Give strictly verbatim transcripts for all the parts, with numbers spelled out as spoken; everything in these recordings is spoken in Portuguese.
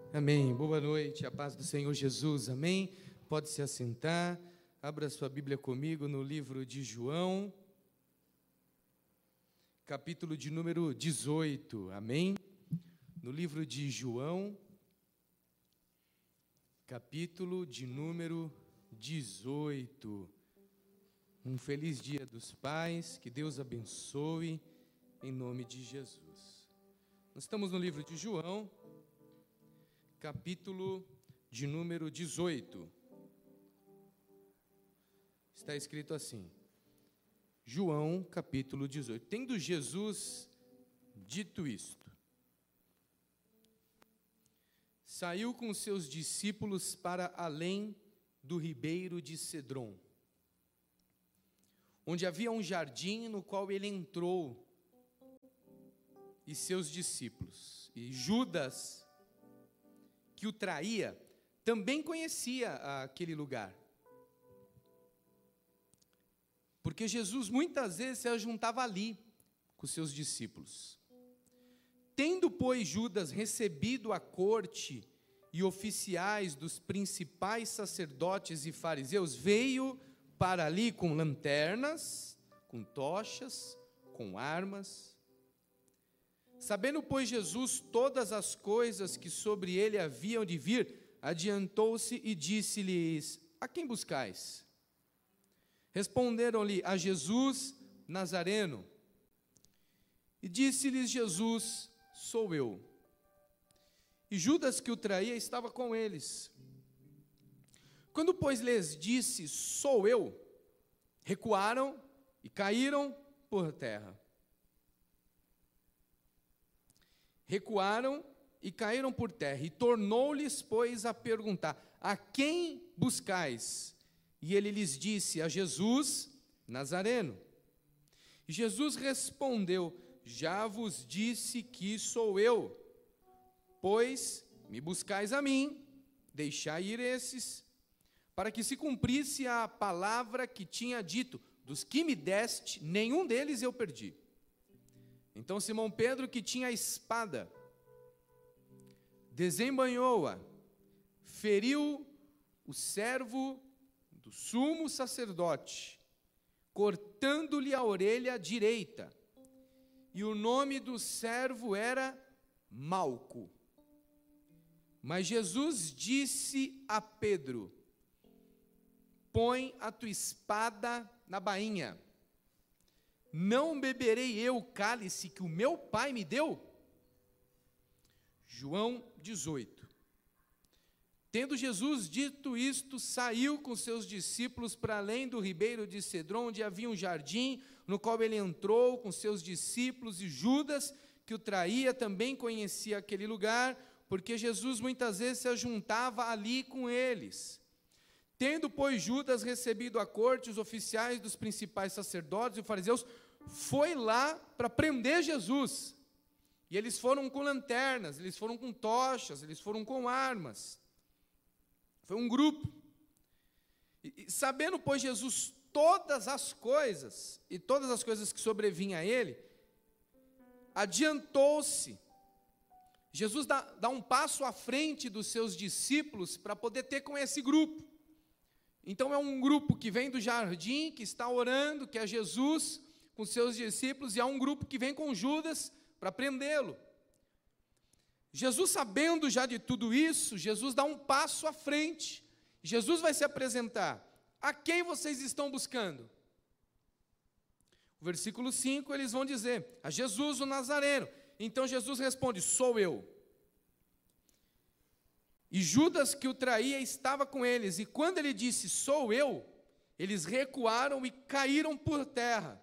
Amém. Boa noite, a paz do Senhor Jesus. Amém. Pode se assentar. Abra sua Bíblia comigo no livro de João, capítulo de número dezoito. Amém. No livro de João, capítulo de número dezoito. Um feliz dia dos pais, que Deus abençoe, em nome de Jesus. Nós estamos no livro de João, capítulo de número dezoito. Está escrito assim, João, capítulo dezoito. Tendo Jesus dito isto, saiu com seus discípulos para além do ribeiro de Cedron, onde havia um jardim no qual ele entrou, e seus discípulos. E Judas, que o traía, também conhecia aquele lugar, porque Jesus muitas vezes se ajuntava ali com seus discípulos. Tendo, pois, Judas recebido a corte e oficiais dos principais sacerdotes e fariseus, veio para ali com lanternas, com tochas, com armas. Sabendo, pois, Jesus todas as coisas que sobre ele haviam de vir, adiantou-se e disse-lhes: a quem buscais? Responderam-lhe: a Jesus Nazareno. E disse-lhes Jesus: sou eu. E Judas, que o traía, estava com eles. Quando, pois, lhes disse: sou eu, recuaram e caíram por terra. Recuaram e caíram por terra, e tornou-lhes, pois, a perguntar: a quem buscais? E ele lhes disse: a Jesus Nazareno. E Jesus respondeu: já vos disse que sou eu. Pois me buscais a mim, deixai ir esses, para que se cumprisse a palavra que tinha dito: dos que me deste, nenhum deles eu perdi. Então Simão Pedro, que tinha a espada, desembainhou-a, feriu o servo do sumo sacerdote, cortando-lhe a orelha direita. E o nome do servo era Malco. Mas Jesus disse a Pedro: põe a tua espada na bainha. Não beberei eu o cálice que o meu Pai me deu? João dezoito. Tendo Jesus dito isto, saiu com seus discípulos para além do ribeiro de Cedron, onde havia um jardim, no qual ele entrou com seus discípulos, e Judas, que o traía, também conhecia aquele lugar, porque Jesus muitas vezes se ajuntava ali com eles. Tendo, pois, Judas recebido a corte, os oficiais dos principais sacerdotes e fariseus, foi lá para prender Jesus. E eles foram com lanternas, eles foram com tochas, eles foram com armas. Foi um grupo. E, e sabendo, pois, Jesus todas as coisas, e todas as coisas que sobrevinham a ele, adiantou-se. Jesus dá, dá um passo à frente dos seus discípulos para poder ter com esse grupo. Então é um grupo que vem do jardim, que está orando, que é Jesus com seus discípulos, e há um grupo que vem com Judas para prendê-lo. Jesus, sabendo já de tudo isso, Jesus dá um passo à frente. Jesus vai se apresentar: a quem vocês estão buscando? O versículo cinco, eles vão dizer: a Jesus o Nazareno. Então Jesus responde: sou eu. E Judas, que o traía, estava com eles, e quando ele disse: sou eu, eles recuaram e caíram por terra.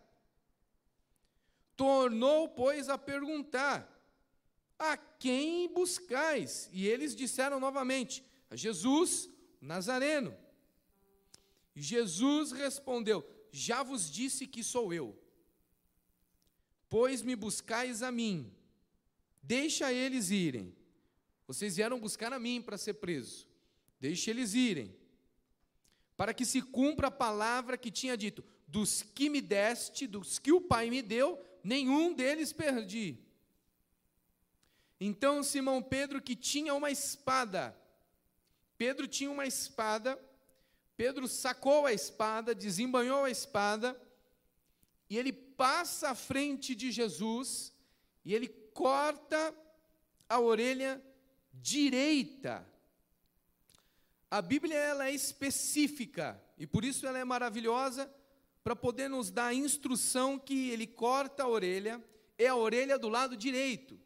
Tornou, pois, a perguntar: a quem buscais? E eles disseram novamente: a Jesus Nazareno. E Jesus respondeu: já vos disse que sou eu. Pois me buscais a mim. Deixa eles irem. Vocês vieram buscar a mim para ser preso. Deixa eles irem, para que se cumpra a palavra que tinha dito: dos que me deste, dos que o Pai me deu, nenhum deles perdi. Então Simão Pedro, que tinha uma espada, Pedro tinha uma espada, Pedro sacou a espada, desembanhou a espada, e ele passa à frente de Jesus, e ele corta a orelha direita. A Bíblia ela é específica, e por isso ela é maravilhosa, para poder nos dar a instrução que ele corta a orelha, é a orelha do lado direito.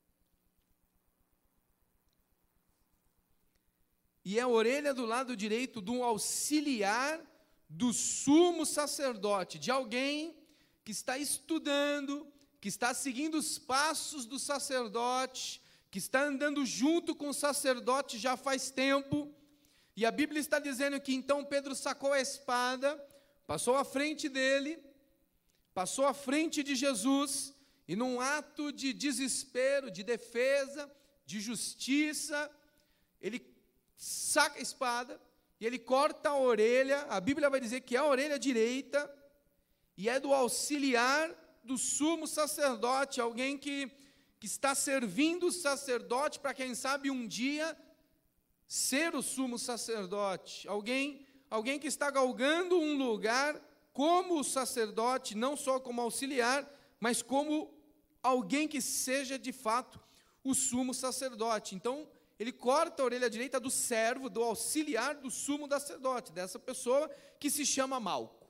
E é a orelha do lado direito de um auxiliar do sumo sacerdote, de alguém que está estudando, que está seguindo os passos do sacerdote, que está andando junto com o sacerdote já faz tempo. E a Bíblia está dizendo que então Pedro sacou a espada, passou à frente dele, passou à frente de Jesus, e num ato de desespero, de defesa, de justiça, ele saca a espada, e ele corta a orelha, a Bíblia vai dizer que é a orelha direita, e é do auxiliar do sumo sacerdote, alguém que, que está servindo o sacerdote, para quem sabe um dia ser o sumo sacerdote, alguém, alguém que está galgando um lugar como o sacerdote, não só como auxiliar, mas como alguém que seja de fato o sumo sacerdote. Então, ele corta a orelha direita do servo, do auxiliar do sumo sacerdote, dessa pessoa que se chama Malco.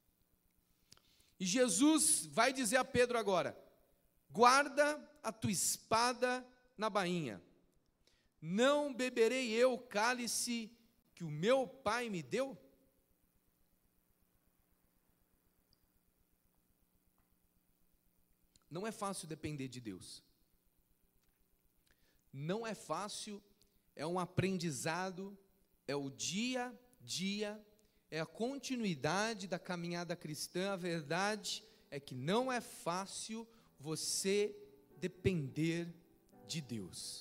E Jesus vai dizer a Pedro agora: guarda a tua espada na bainha. Não beberei eu o cálice que o meu Pai me deu? Não é fácil depender de Deus. Não é fácil, é um aprendizado, é o dia a dia, é a continuidade da caminhada cristã. A verdade é que não é fácil você depender de Deus.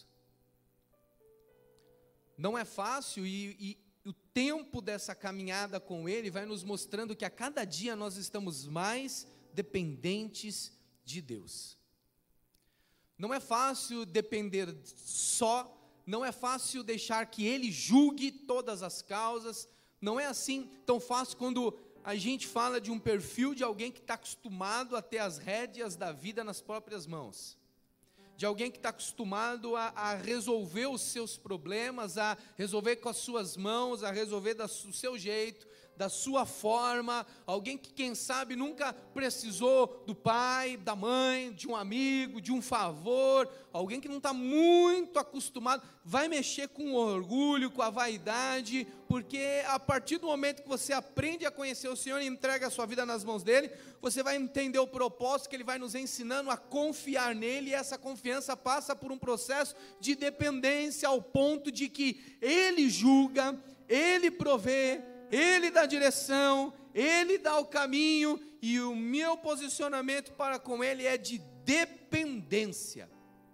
Não é fácil e, e o tempo dessa caminhada com Ele vai nos mostrando que a cada dia nós estamos mais dependentes de Deus. Não é fácil depender só, não é fácil deixar que Ele julgue todas as causas, não é assim tão fácil quando a gente fala de um perfil de alguém que está acostumado a ter as rédeas da vida nas próprias mãos, de alguém que está acostumado a, a resolver os seus problemas, a resolver com as suas mãos, a resolver do seu jeito, da sua forma, alguém que quem sabe nunca precisou do pai, da mãe, de um amigo, de um favor, alguém que não está muito acostumado, vai mexer com o orgulho, com a vaidade, porque a partir do momento que você aprende a conhecer o Senhor e entrega a sua vida nas mãos dEle, você vai entender o propósito que Ele vai nos ensinando a confiar nele, e essa confiança passa por um processo de dependência, ao ponto de que Ele julga, Ele provê, Ele dá direção, Ele dá o caminho, e o meu posicionamento para com Ele é de dependência.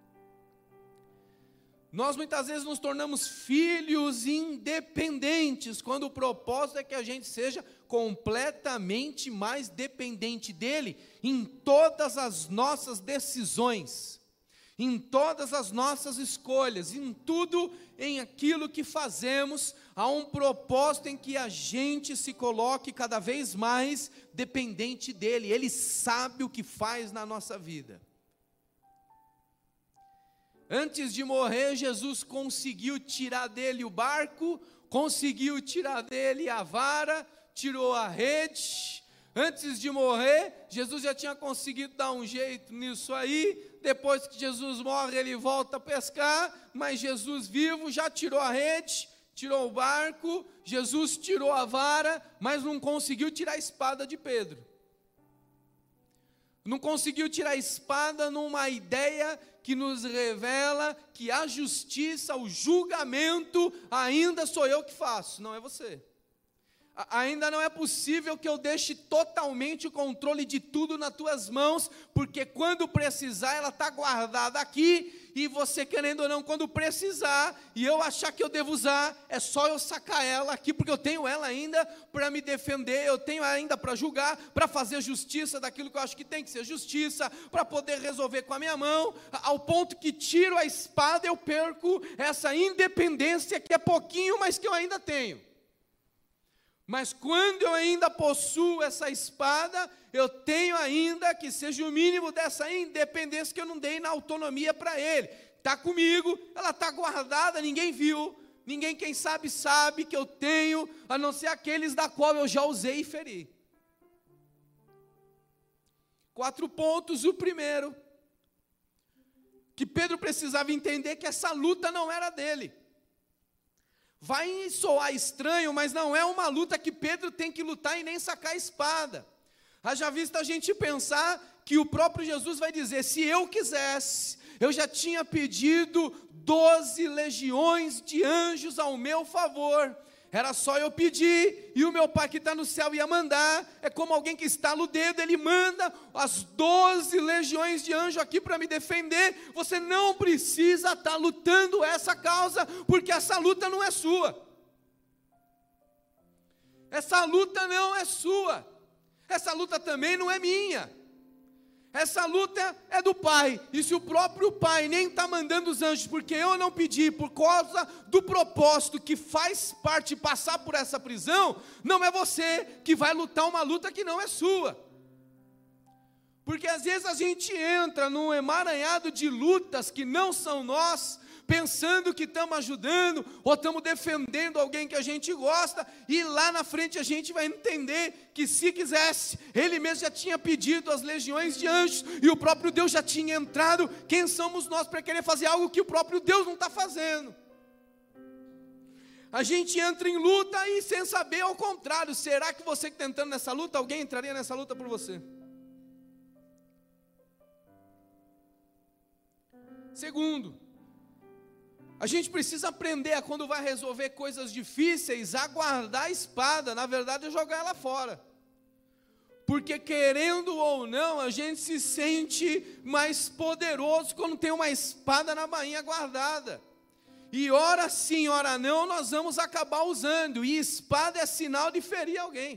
Nós muitas vezes nos tornamos filhos independentes, quando o propósito é que a gente seja completamente mais dependente dEle, em todas as nossas decisões, em todas as nossas escolhas, em tudo, em aquilo que fazemos. Há um propósito em que a gente se coloque cada vez mais dependente dEle. Ele sabe o que faz na nossa vida. Antes de morrer, Jesus conseguiu tirar dele o barco, conseguiu tirar dele a vara, tirou a rede. Antes de morrer, Jesus já tinha conseguido dar um jeito nisso aí. Depois que Jesus morre, ele volta a pescar, mas Jesus vivo já tirou a rede, tirou o barco, Jesus tirou a vara, mas não conseguiu tirar a espada de Pedro. Não conseguiu tirar a espada numa ideia que nos revela que a justiça, o julgamento, ainda sou eu que faço, não é você. ainda não é possível que eu deixe totalmente o controle de tudo nas tuas mãos, porque quando precisar, ela está guardada aqui, e você querendo ou não, quando precisar, e eu achar que eu devo usar, é só eu sacar ela aqui, porque eu tenho ela ainda para me defender, eu tenho ainda para julgar, para fazer justiça daquilo que eu acho que tem que ser justiça, para poder resolver com a minha mão, ao ponto que tiro a espada, eu perco essa independência, que é pouquinho, mas que eu ainda tenho. Mas quando eu ainda possuo essa espada, eu tenho ainda que seja o mínimo dessa independência que eu não dei na autonomia para ele. Está comigo, ela está guardada, ninguém viu, ninguém, quem sabe, sabe que eu tenho, a não ser aqueles da qual eu já usei e feri. Quatro pontos. O primeiro, que Pedro precisava entender que essa luta não era dele. Vai soar estranho, mas não é uma luta que Pedro tem que lutar e nem sacar a espada. Haja vista a gente pensar que o próprio Jesus vai dizer, se eu quisesse, eu já tinha pedido doze legiões de anjos ao meu favor. Era só eu pedir, e o meu Pai que está no céu ia mandar. É como alguém que estala o dedo, ele manda as doze legiões de anjo aqui para me defender. Você não precisa estar lutando essa causa, porque essa luta não é sua. Essa luta não é sua. Essa luta também não é minha. Essa luta é do Pai, e se o próprio Pai nem está mandando os anjos, porque eu não pedi, por causa do propósito que faz parte passar por essa prisão, não é você que vai lutar uma luta que não é sua. Porque às vezes a gente entra num emaranhado de lutas que não são nós, pensando que estamos ajudando, ou estamos defendendo alguém que a gente gosta, e lá na frente a gente vai entender que se quisesse, ele mesmo já tinha pedido as legiões de anjos, e o próprio Deus já tinha entrado. Quem somos nós para querer fazer algo que o próprio Deus não está fazendo? A gente entra em luta e sem saber ao contrário, será que você que está entrando nessa luta, alguém entraria nessa luta por você? Segundo, a gente precisa aprender a, quando vai resolver coisas difíceis, a guardar a espada, na verdade é jogar ela fora. Porque querendo ou não, a gente se sente mais poderoso quando tem uma espada na bainha guardada. E ora sim, ora não, nós vamos acabar usando, e espada é sinal de ferir alguém.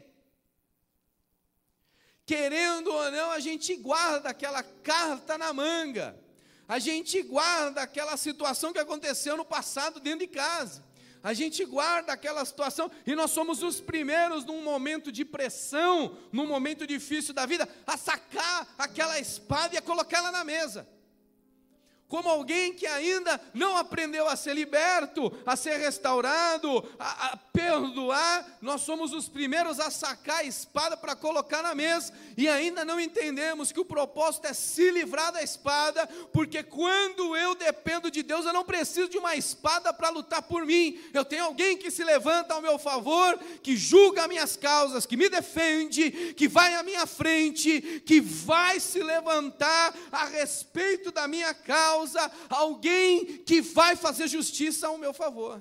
Querendo ou não, a gente guarda aquela carta na manga. A gente guarda aquela situação que aconteceu no passado dentro de casa. A gente guarda aquela situação, e nós somos os primeiros num momento de pressão, num momento difícil da vida, a sacar aquela espada e a colocá-la na mesa. Como alguém que ainda não aprendeu a ser liberto, a ser restaurado, a, a perdoar, nós somos os primeiros a sacar a espada para colocar na mesa, e ainda não entendemos que o propósito é se livrar da espada, porque quando eu dependo de Deus, eu não preciso de uma espada para lutar por mim, eu tenho alguém que se levanta ao meu favor, que julga minhas causas, que me defende, que vai à minha frente, que vai se levantar a respeito da minha causa, alguém que vai fazer justiça ao meu favor.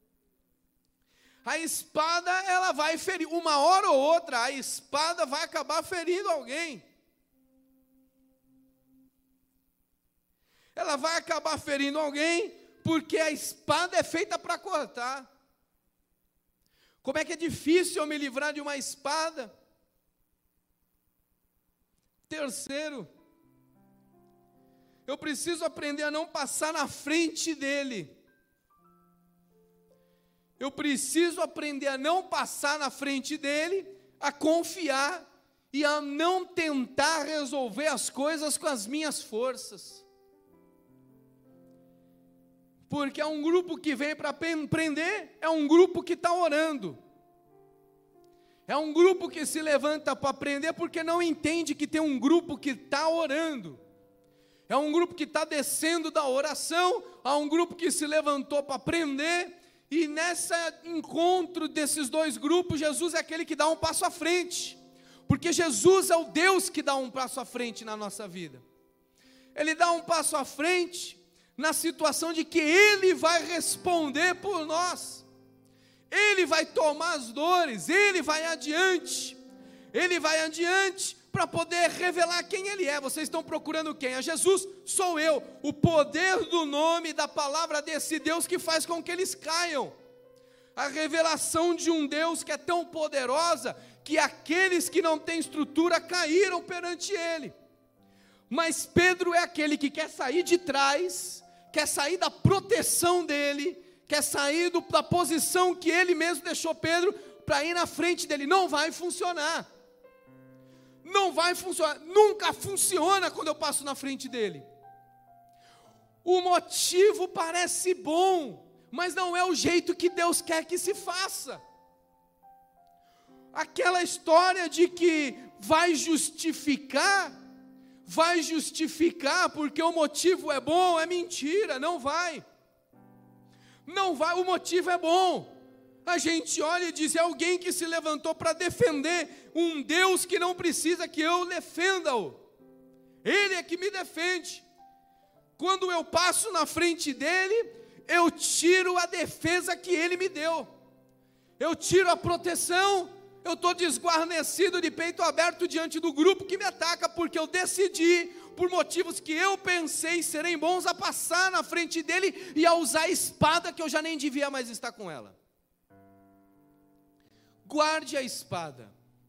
A espada, ela vai ferir, uma hora ou outra, a espada vai acabar ferindo alguém. Ela vai acabar ferindo alguém, porque a espada é feita para cortar. Como é que é difícil eu me livrar de uma espada? Terceiro, eu preciso aprender a não passar na frente dele. Eu preciso aprender a não passar na frente dele, a confiar e a não tentar resolver as coisas com as minhas forças. Porque é um grupo que vem para prender, é um grupo que está orando. É um grupo que se levanta para prender porque não entende que tem um grupo que está orando. É um grupo que está descendo da oração, há um grupo que se levantou para prender, e nesse encontro desses dois grupos, Jesus é aquele que dá um passo à frente, porque Jesus é o Deus que dá um passo à frente na nossa vida. Ele dá um passo à frente na situação de que Ele vai responder por nós. Ele vai tomar as dores, Ele vai adiante, Ele vai adiante para poder revelar quem Ele é. Vocês estão procurando quem? A Jesus? Sou eu, o poder do nome, da palavra desse Deus que faz com que eles caiam. A revelação de um Deus que é tão poderosa, que aqueles que não têm estrutura caíram perante Ele. Mas Pedro é aquele que quer sair de trás, quer sair da proteção dele, quer sair do, da posição que ele mesmo deixou Pedro, para ir na frente dele. Não vai funcionar, não vai funcionar, nunca funciona quando eu passo na frente dele. O motivo parece bom, mas não é o jeito que Deus quer que se faça. Aquela história de que vai justificar, vai justificar porque o motivo é bom, é mentira, não vai. Não vai, o motivo é bom. A gente olha e diz, é alguém que se levantou para defender um Deus que não precisa que eu defenda-o. Ele é que me defende. Quando eu passo na frente dele, eu tiro a defesa que ele me deu. Eu tiro a proteção, eu estou desguarnecido de peito aberto diante do grupo que me ataca, porque eu decidi, por motivos que eu pensei serem bons, a passar na frente dele e a usar a espada que eu já nem devia mais estar com ela. Guarde a espada.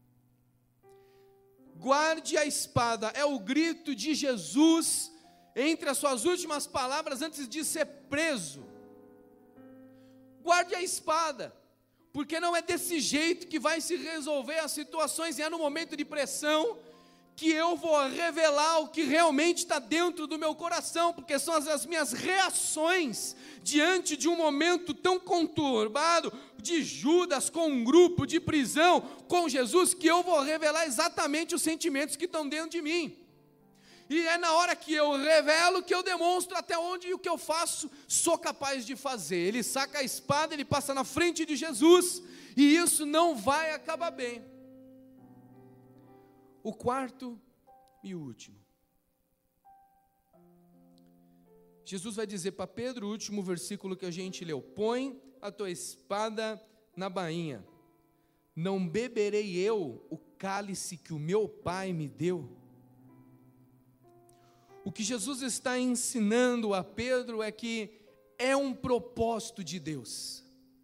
Guarde a espada, é o grito de Jesus entre as suas últimas palavras antes de ser preso. Guarde a espada, porque não é desse jeito que vai se resolver as situações, e é no momento de pressão que eu vou revelar o que realmente está dentro do meu coração, porque são as, as minhas reações diante de um momento tão conturbado, de Judas com um grupo, de prisão com Jesus, que eu vou revelar exatamente os sentimentos que estão dentro de mim. E é na hora que eu revelo que eu demonstro até onde o que eu faço sou capaz de fazer. Ele saca a espada, ele passa na frente de Jesus, e isso não vai acabar bem. O quarto e último. Jesus vai dizer para Pedro, o último versículo que a gente leu: põe a tua espada na bainha. Não beberei eu o cálice que o meu Pai me deu? O que Jesus está ensinando a Pedro é que é um propósito de Deus.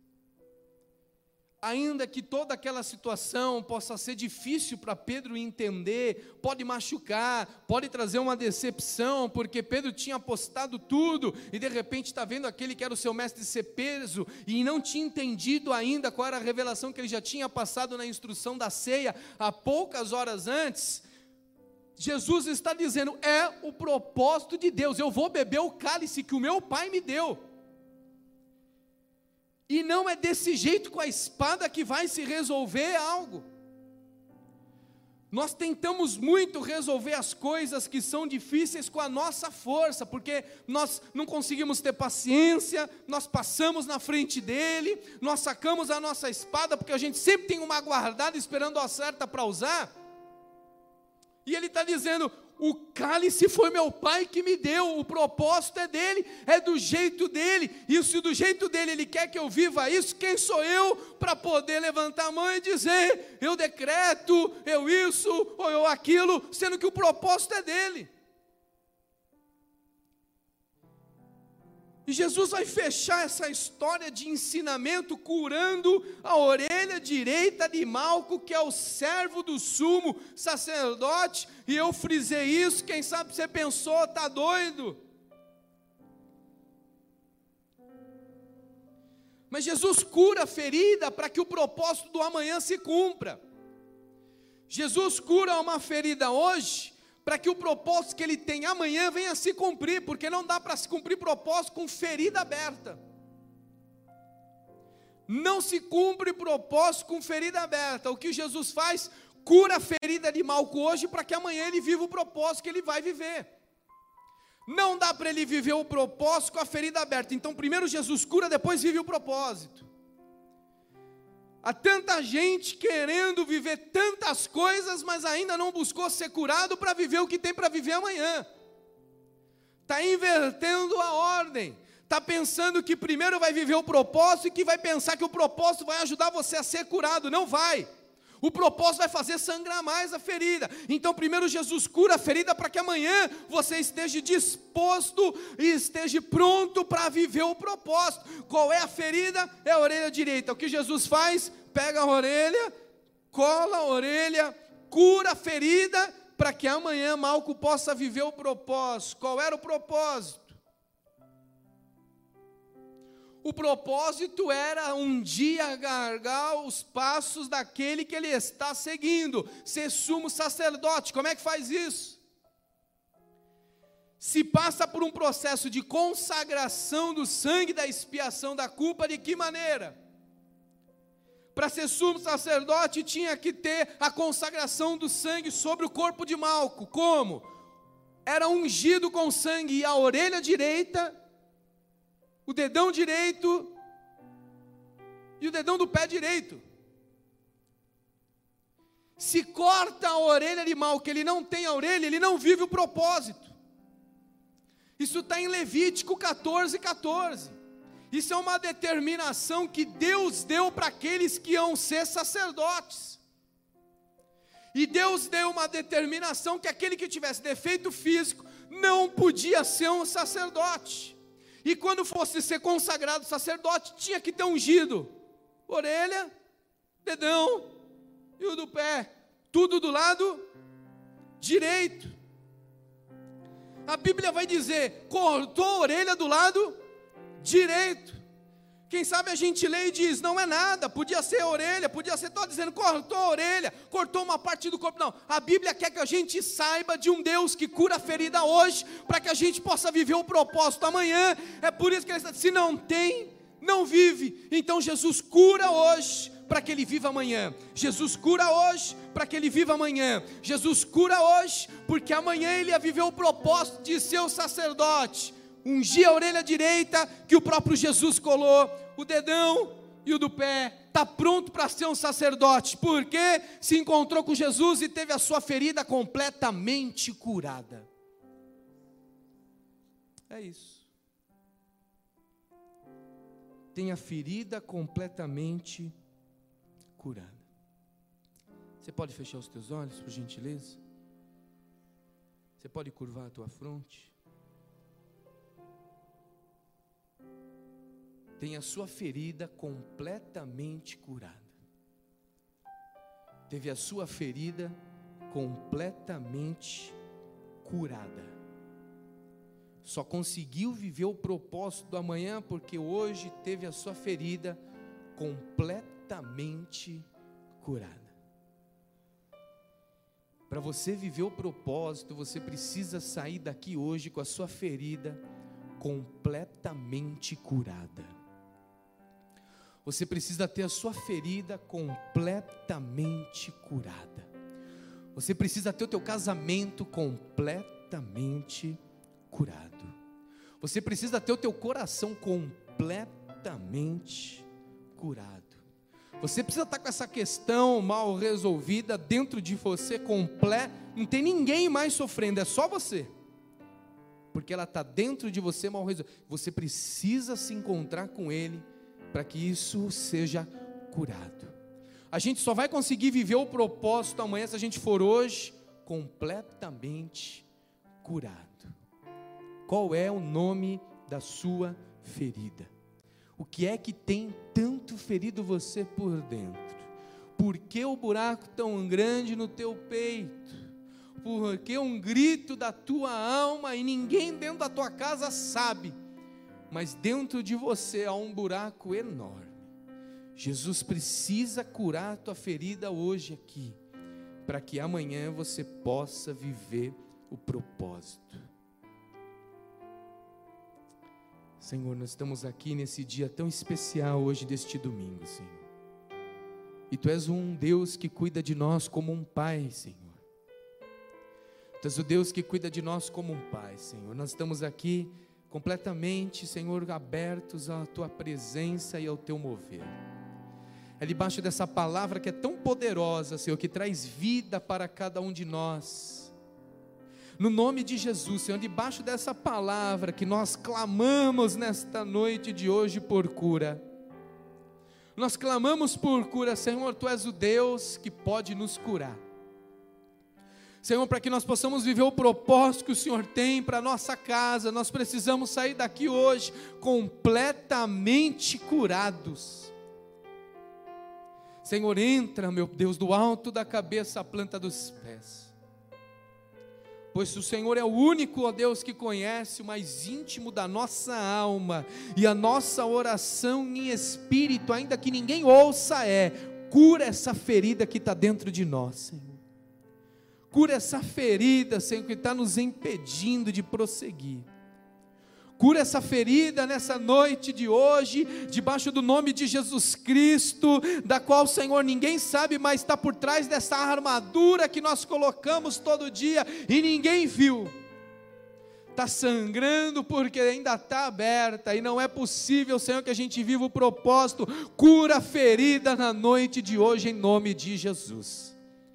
Ainda que toda aquela situação possa ser difícil para Pedro entender, pode machucar, pode trazer uma decepção, porque Pedro tinha apostado tudo, e de repente está vendo aquele que era o seu mestre ser preso, e não tinha entendido ainda qual era a revelação que ele já tinha passado na instrução da ceia, há poucas horas antes. Jesus está dizendo, é o propósito de Deus, eu vou beber o cálice que o meu Pai me deu. E não é desse jeito com a espada que vai se resolver algo. Nós tentamos muito resolver as coisas que são difíceis com a nossa força, porque nós não conseguimos ter paciência, nós passamos na frente dele, nós sacamos a nossa espada, porque a gente sempre tem uma guardada esperando a certa para usar. E ele está dizendo, o cálice foi meu Pai que me deu, o propósito é dele, é do jeito dele, e se do jeito dele ele quer que eu viva isso, quem sou eu para poder levantar a mão e dizer, eu decreto, eu isso, ou eu aquilo, sendo que o propósito é dele. E Jesus vai fechar essa história de ensinamento curando a orelha direita de Malco, que é o servo do sumo sacerdote, e eu frisei isso, quem sabe você pensou, está doido? Mas Jesus cura a ferida para que o propósito do amanhã se cumpra. Jesus cura uma ferida hoje, para que o propósito que ele tem amanhã venha a se cumprir, porque não dá para se cumprir propósito com ferida aberta. Não se cumpre propósito com ferida aberta. O que Jesus faz? Cura a ferida de Malco hoje, para que amanhã ele viva o propósito que ele vai viver. Não dá para ele viver o propósito com a ferida aberta. Então primeiro Jesus cura, depois vive o propósito. Há tanta gente querendo viver tantas coisas, mas ainda não buscou ser curado para viver o que tem para viver amanhã. Está invertendo a ordem, está pensando que primeiro vai viver o propósito e que vai pensar que o propósito vai ajudar você a ser curado. Não vai. O propósito vai fazer sangrar mais a ferida. Então primeiro Jesus cura a ferida para que amanhã você esteja disposto e esteja pronto para viver o propósito. Qual é a ferida? É a orelha direita. O que Jesus faz? Pega a orelha, cola a orelha, cura a ferida para que amanhã Malco possa viver o propósito. Qual era o propósito? O propósito era um dia gargar os passos daquele que ele está seguindo, ser sumo sacerdote. Como é que faz isso? Se passa por um processo de consagração do sangue da expiação da culpa, de que maneira? Para ser sumo sacerdote tinha que ter a consagração do sangue sobre o corpo de Malco. Como? Era ungido com sangue e a orelha direita, o dedão direito e o dedão do pé direito. Se corta a orelha de Malco, ele não tem a orelha, ele não vive o propósito. Isso está em Levítico quatorze, quatorze. Isso é uma determinação que Deus deu para aqueles que iam ser sacerdotes. E Deus deu uma determinação que aquele que tivesse defeito físico não podia ser um sacerdote. E quando fosse ser consagrado sacerdote, tinha que ter ungido orelha, dedão e o do pé, tudo do lado direito. A Bíblia vai dizer, cortou a orelha do lado direito. Quem sabe a gente lê e diz, não é nada, podia ser a orelha, podia ser, estou dizendo, cortou a orelha, cortou uma parte do corpo. Não, a Bíblia quer que a gente saiba de um Deus que cura a ferida hoje, para que a gente possa viver o propósito amanhã. É por isso que ele está, se não tem, não vive. Então Jesus cura hoje, para que ele viva amanhã. Jesus cura hoje, para que ele viva amanhã. Jesus cura hoje, porque amanhã ele ia viver o propósito de ser o sacerdote. Ungir a orelha direita, que o próprio Jesus colou, o dedão e o do pé, está pronto para ser um sacerdote, porque se encontrou com Jesus e teve a sua ferida completamente curada. É isso. Tem a ferida completamente curada. Você pode fechar os teus olhos, por gentileza? Você pode curvar a tua fronte? Tem a sua ferida completamente curada. Teve a sua ferida completamente curada. Só conseguiu viver o propósito do amanhã porque hoje teve a sua ferida completamente curada. Para você viver o propósito, você precisa sair daqui hoje com a sua ferida completamente curada. Você precisa ter a sua ferida completamente curada. Você precisa ter o teu casamento completamente curado. Você precisa ter o teu coração completamente curado. Você precisa estar com essa questão mal resolvida dentro de você completo. Não tem ninguém mais sofrendo, é só você. Porque ela está dentro de você mal resolvida. Você precisa se encontrar com Ele para que isso seja curado. A gente só vai conseguir viver o propósito amanhã se a gente for hoje completamente curado. Qual é o nome da sua ferida? O que é que tem tanto ferido você por dentro? Por que o buraco tão grande no teu peito? Por que um grito da tua alma e ninguém dentro da tua casa sabe? Mas dentro de você há um buraco enorme. Jesus precisa curar a tua ferida hoje aqui, para que amanhã você possa viver o propósito. Senhor, nós estamos aqui nesse dia tão especial hoje deste domingo, Senhor. E Tu és um Deus que cuida de nós como um Pai, Senhor. Tu és o Deus que cuida de nós como um Pai, Senhor. Nós estamos aqui completamente, Senhor, abertos à Tua presença e ao Teu mover. É debaixo dessa palavra que é tão poderosa, Senhor, que traz vida para cada um de nós. No nome de Jesus, Senhor, debaixo dessa palavra que nós clamamos nesta noite de hoje por cura. Nós clamamos por cura, Senhor, Tu és o Deus que pode nos curar. Senhor, para que nós possamos viver o propósito que o Senhor tem para a nossa casa, nós precisamos sair daqui hoje completamente curados. Senhor, entra, meu Deus, do alto da cabeça à planta dos pés. Pois o Senhor é o único, ó Deus, que conhece o mais íntimo da nossa alma, e a nossa oração em espírito, ainda que ninguém ouça, é: cura essa ferida que está dentro de nós, Senhor. Cura essa ferida, Senhor, que está nos impedindo de prosseguir. Cura essa ferida nessa noite de hoje, debaixo do nome de Jesus Cristo, da qual, Senhor, ninguém sabe, mas está por trás dessa armadura que nós colocamos todo dia e ninguém viu. Está sangrando porque ainda está aberta, e não é possível, Senhor, que a gente viva o propósito. Cura a ferida na noite de hoje, em nome de Jesus.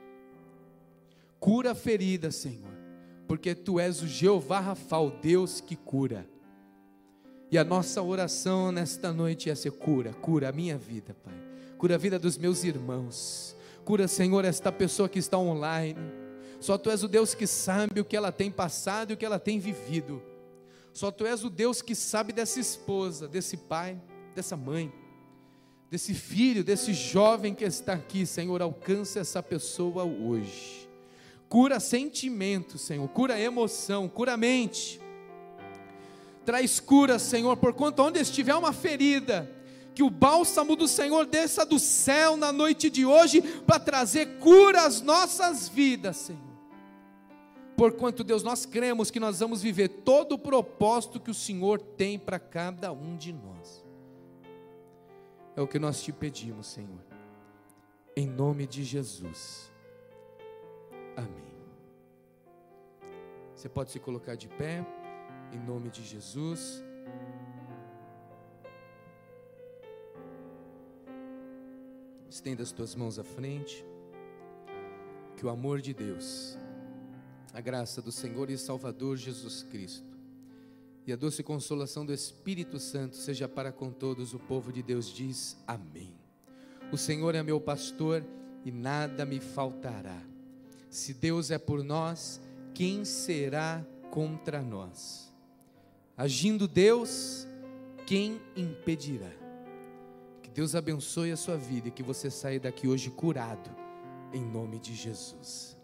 Cura a ferida, Senhor, porque Tu és o Jeová Rafa, o Deus que cura. E a nossa oração nesta noite é ser: cura, cura a minha vida, Pai. Cura a vida dos meus irmãos. Cura, Senhor, esta pessoa que está online. Só Tu és o Deus que sabe o que ela tem passado e o que ela tem vivido. Só Tu és o Deus que sabe dessa esposa, desse pai, dessa mãe, desse filho, desse jovem que está aqui. Senhor, alcança essa pessoa hoje. Cura sentimento, Senhor, cura emoção, cura a mente. Traz cura, Senhor, porquanto onde estiver uma ferida, que o bálsamo do Senhor desça do céu na noite de hoje, para trazer cura às nossas vidas, Senhor. Porquanto, Deus, nós cremos que nós vamos viver todo o propósito que o Senhor tem para cada um de nós. É o que nós te pedimos, Senhor, em nome de Jesus. Amém. Você pode se colocar de pé, em nome de Jesus. Estenda as tuas mãos à frente. Que o amor de Deus, a graça do Senhor e Salvador Jesus Cristo e a doce consolação do Espírito Santo seja para com todos. O povo de Deus diz amém. O Senhor é meu pastor e nada me faltará. Se Deus é por nós, quem será contra nós? Agindo Deus, quem impedirá? Que Deus abençoe a sua vida e que você saia daqui hoje curado, em nome de Jesus.